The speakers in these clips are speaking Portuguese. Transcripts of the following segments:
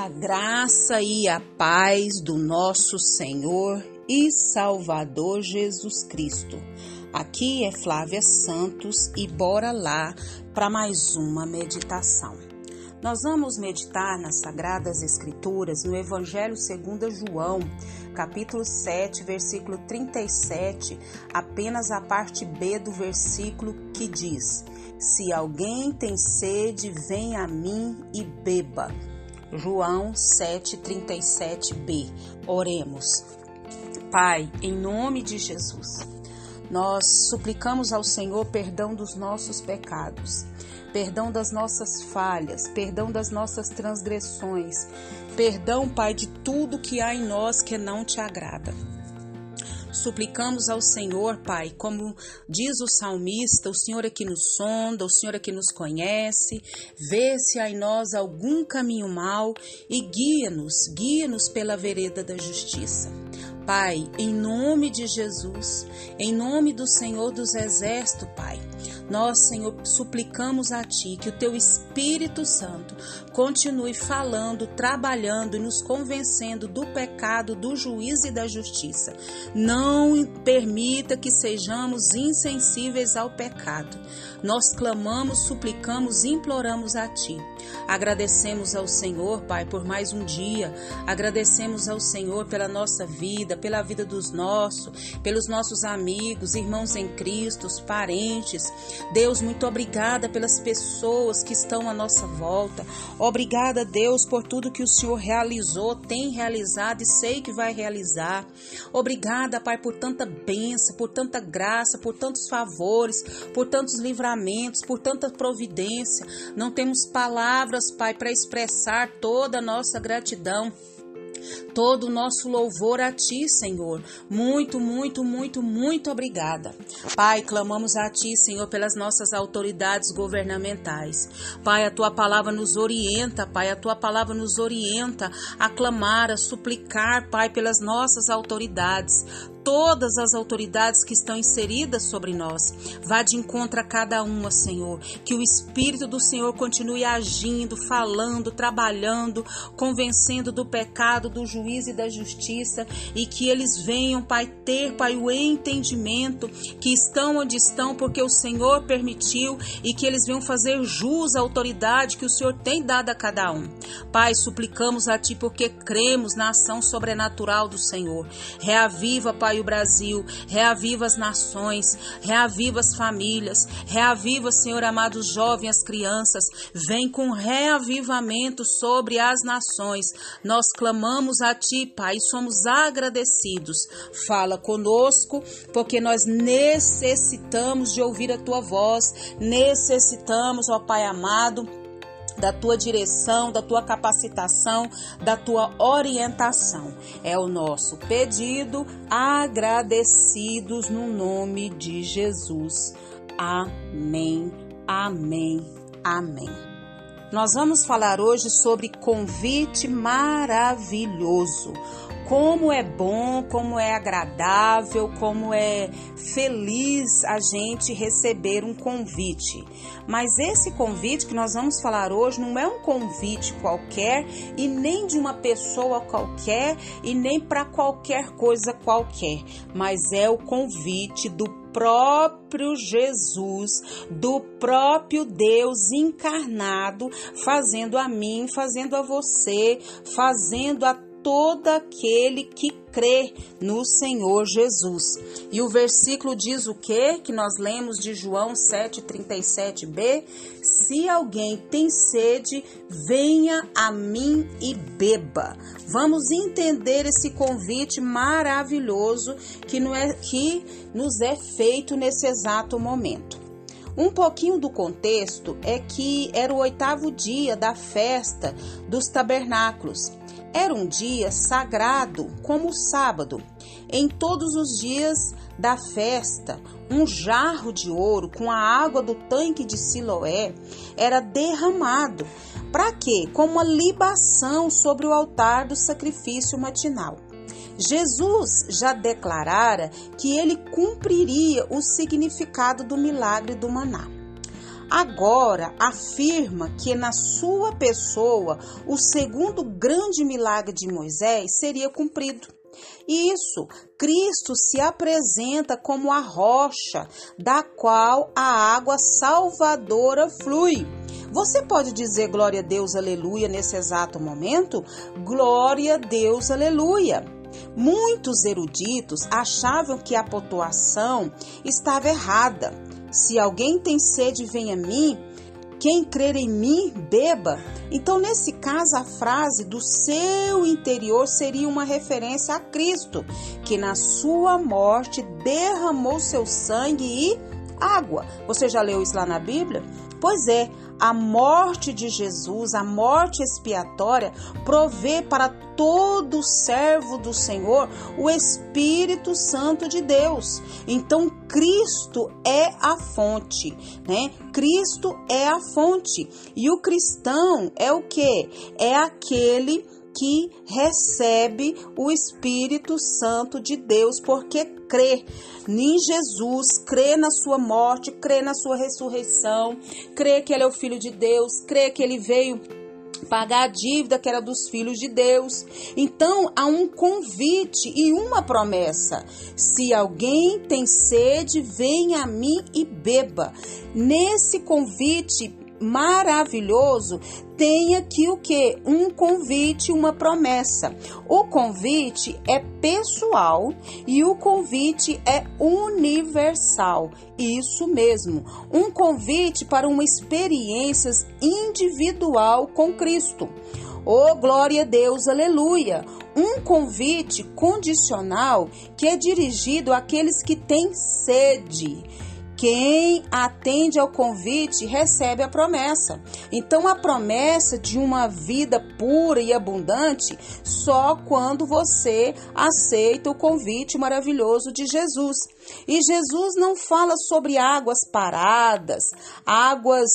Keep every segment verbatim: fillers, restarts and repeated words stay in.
A graça e a paz do nosso Senhor e Salvador Jesus Cristo. Aqui é Flávia Santos e bora lá para mais uma meditação. Nós vamos meditar nas Sagradas Escrituras no Evangelho segundo João, capítulo sete, versículo trinta e sete, apenas a parte B do versículo que diz: Se alguém tem sede, vem a mim e beba. João sete, trinta e sete b. Oremos. Pai, em nome de Jesus, nós suplicamos ao Senhor perdão dos nossos pecados, perdão das nossas falhas, perdão das nossas transgressões, perdão, Pai, de tudo que há em nós que não te agrada. Suplicamos ao Senhor, Pai, como diz o salmista, o Senhor é que nos sonda, o Senhor é que nos conhece, vê se há em nós algum caminho mau e guia-nos, guia-nos pela vereda da justiça. Pai, em nome de Jesus, em nome do Senhor dos Exércitos, Pai, nós, Senhor, suplicamos a Ti que o Teu Espírito Santo continue falando, trabalhando e nos convencendo do pecado, do juízo e da justiça. Não permita que sejamos insensíveis ao pecado. Nós clamamos, suplicamos, imploramos a Ti. Agradecemos ao Senhor, Pai, por mais um dia. Agradecemos ao Senhor pela nossa vida, pela vida dos nossos, pelos nossos amigos, irmãos em Cristo, parentes. Deus, muito obrigada pelas pessoas que estão à nossa volta. Obrigada, Deus, por tudo que o Senhor realizou, tem realizado e sei que vai realizar. Obrigada, Pai, por tanta bênção, por tanta graça, por tantos favores, por tantos livramentos, por tanta providência. Não temos palavras, Pai, para expressar toda a nossa gratidão. Todo o nosso louvor a Ti, Senhor. Muito, muito, muito, muito obrigada. Pai, clamamos a Ti, Senhor, pelas nossas autoridades governamentais. Pai, a Tua palavra nos orienta, Pai, a Tua palavra nos orienta a clamar, a suplicar, Pai, pelas nossas autoridades. Todas as autoridades que estão inseridas sobre nós. Vá de encontro a cada uma, Senhor. Que o Espírito do Senhor continue agindo, falando, trabalhando, convencendo do pecado, do juízo e da justiça. E que eles venham, Pai, ter, Pai, o entendimento que estão onde estão porque o Senhor permitiu e que eles venham fazer jus à autoridade que o Senhor tem dado a cada um. Pai, suplicamos a Ti porque cremos na ação sobrenatural do Senhor. Reaviva, Pai, o Brasil, reaviva as nações, reaviva as famílias, reaviva, Senhor amado, os jovens, as crianças, vem com reavivamento sobre as nações. Nós clamamos a Ti, Pai, e somos agradecidos. Fala conosco, porque nós necessitamos de ouvir a Tua voz, necessitamos, ó Pai amado, da Tua direção, da Tua capacitação, da Tua orientação. É o nosso pedido, agradecidos no nome de Jesus. Amém, amém, amém. Nós vamos falar hoje sobre convite maravilhoso. Como é bom, como é agradável, como é feliz a gente receber um convite. Mas esse convite que nós vamos falar hoje não é um convite qualquer e nem de uma pessoa qualquer e nem para qualquer coisa qualquer, mas é o convite do próprio Jesus, do próprio Deus encarnado, fazendo a mim, fazendo a você, fazendo a todo aquele que crê no Senhor Jesus. E o versículo diz o quê? Que nós lemos de João sete, trinta e sete b. Se alguém tem sede, venha a mim e beba. Vamos entender esse convite maravilhoso que, não é, que nos é feito nesse exato momento. Um pouquinho do contexto é que era o oitavo dia da festa dos tabernáculos. Era um dia sagrado, como o sábado. Em todos os dias da festa, um jarro de ouro com a água do tanque de Siloé era derramado. Para quê? Como uma libação sobre o altar do sacrifício matinal. Jesus já declarara que ele cumpriria o significado do milagre do maná. agora afirma que na sua pessoa o segundo grande milagre de Moisés seria cumprido. Isso, Cristo se apresenta como a rocha da qual a água salvadora flui. Você pode dizer glória a Deus, aleluia, nesse exato momento? Glória a Deus, aleluia. Muitos eruditos achavam que a pontuação estava errada. Se alguém tem sede, venha a mim. Quem crer em mim, beba. Então, nesse caso, a frase do seu interior seria uma referência a Cristo, que na sua morte derramou seu sangue e água. Você já leu isso lá na Bíblia? Pois é, a morte de Jesus, a morte expiatória, provê para todo servo do Senhor o Espírito Santo de Deus. Então, Cristo é a fonte, né? Cristo é a fonte. E o cristão é o quê? É aquele que recebe o Espírito Santo de Deus, porque crê em Jesus, crê na sua morte, crê na sua ressurreição, crê que ele é o Filho de Deus, crê que ele veio pagar a dívida que era dos filhos de Deus. Então, há um convite e uma promessa. Se alguém tem sede, venha a mim e beba. Nesse convite maravilhoso, tem aqui o que? Um convite, uma promessa. O convite é pessoal e o convite é universal. Isso mesmo, um convite para uma experiência individual com Cristo. Oh, glória a Deus, aleluia! Um convite condicional que é dirigido àqueles que têm sede. Quem atende ao convite recebe a promessa. Então, a promessa de uma vida pura e abundante só quando você aceita o convite maravilhoso de Jesus. E Jesus não fala sobre águas paradas, águas,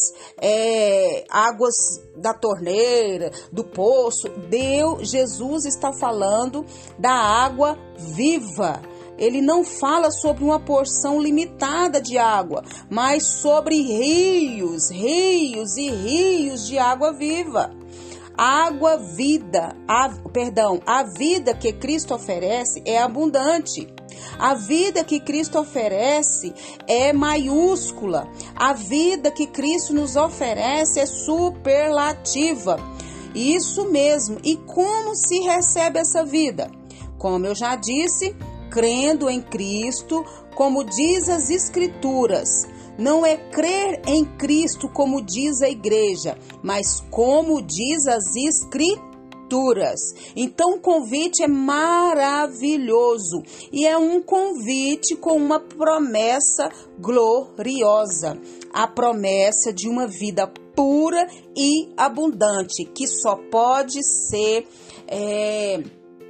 é, águas da torneira, do poço. Deus, Jesus está falando da água viva. Ele não fala sobre uma porção limitada de água, mas sobre rios, rios e rios de água viva. Água vida, a, perdão, a vida que Cristo oferece é abundante. A vida que Cristo oferece é maiúscula. A vida que Cristo nos oferece é superlativa. Isso mesmo. E como se recebe essa vida? Como eu já disse, crendo em Cristo, como diz as Escrituras. Não é crer em Cristo como diz a igreja, mas como diz as Escrituras. Então o convite é maravilhoso e é um convite com uma promessa gloriosa. A promessa de uma vida pura e abundante, que só pode ser é,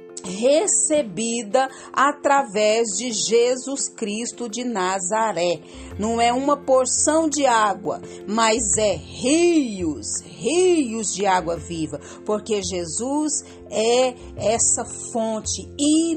recebida através de Jesus Cristo de Nazaré. Não é uma porção de água, mas é rios, rios de água viva, porque Jesus é essa fonte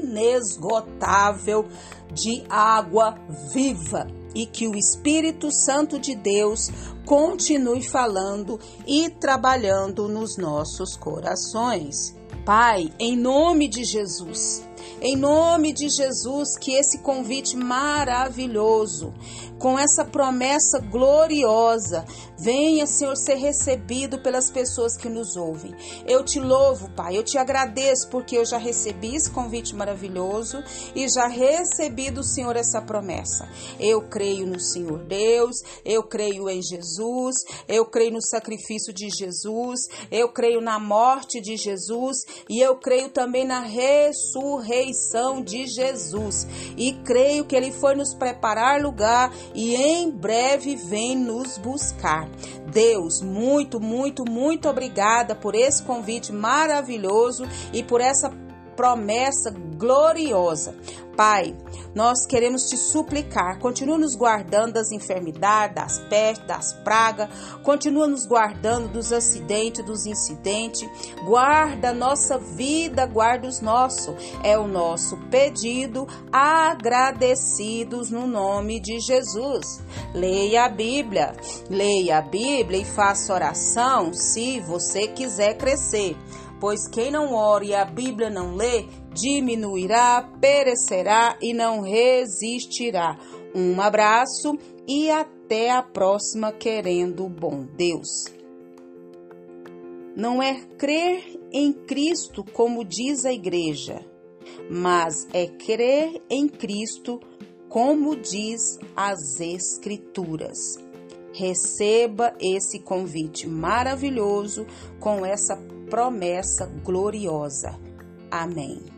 inesgotável de água viva. E que o Espírito Santo de Deus continue falando e trabalhando nos nossos corações. Pai, em nome de Jesus, em nome de Jesus, que esse convite maravilhoso, com essa promessa gloriosa, venha, Senhor, ser recebido pelas pessoas que nos ouvem. Eu te louvo, Pai, eu te agradeço porque eu já recebi esse convite maravilhoso e já recebi do Senhor essa promessa. Eu creio no Senhor Deus, eu creio em Jesus, eu creio no sacrifício de Jesus, eu creio na morte de Jesus e eu creio também na ressurreição de Jesus. E creio que Ele foi nos preparar lugar e em breve vem nos buscar. Deus, muito, muito, muito obrigada por esse convite maravilhoso e por essa promessa gloriosa. Pai, nós queremos te suplicar, continua nos guardando das enfermidades, das pestes, das pragas, continua nos guardando dos acidentes, dos incidentes, guarda a nossa vida, guarda os nossos, é o nosso pedido, agradecidos no nome de Jesus. Leia a Bíblia, leia a Bíblia e faça oração se você quiser crescer, pois quem não ora e a Bíblia não lê, diminuirá, perecerá e não resistirá. Um abraço e até a próxima, querendo o bom Deus. Não é crer em Cristo como diz a igreja, mas é crer em Cristo como diz as Escrituras. Receba esse convite maravilhoso com essa promessa gloriosa. Amém.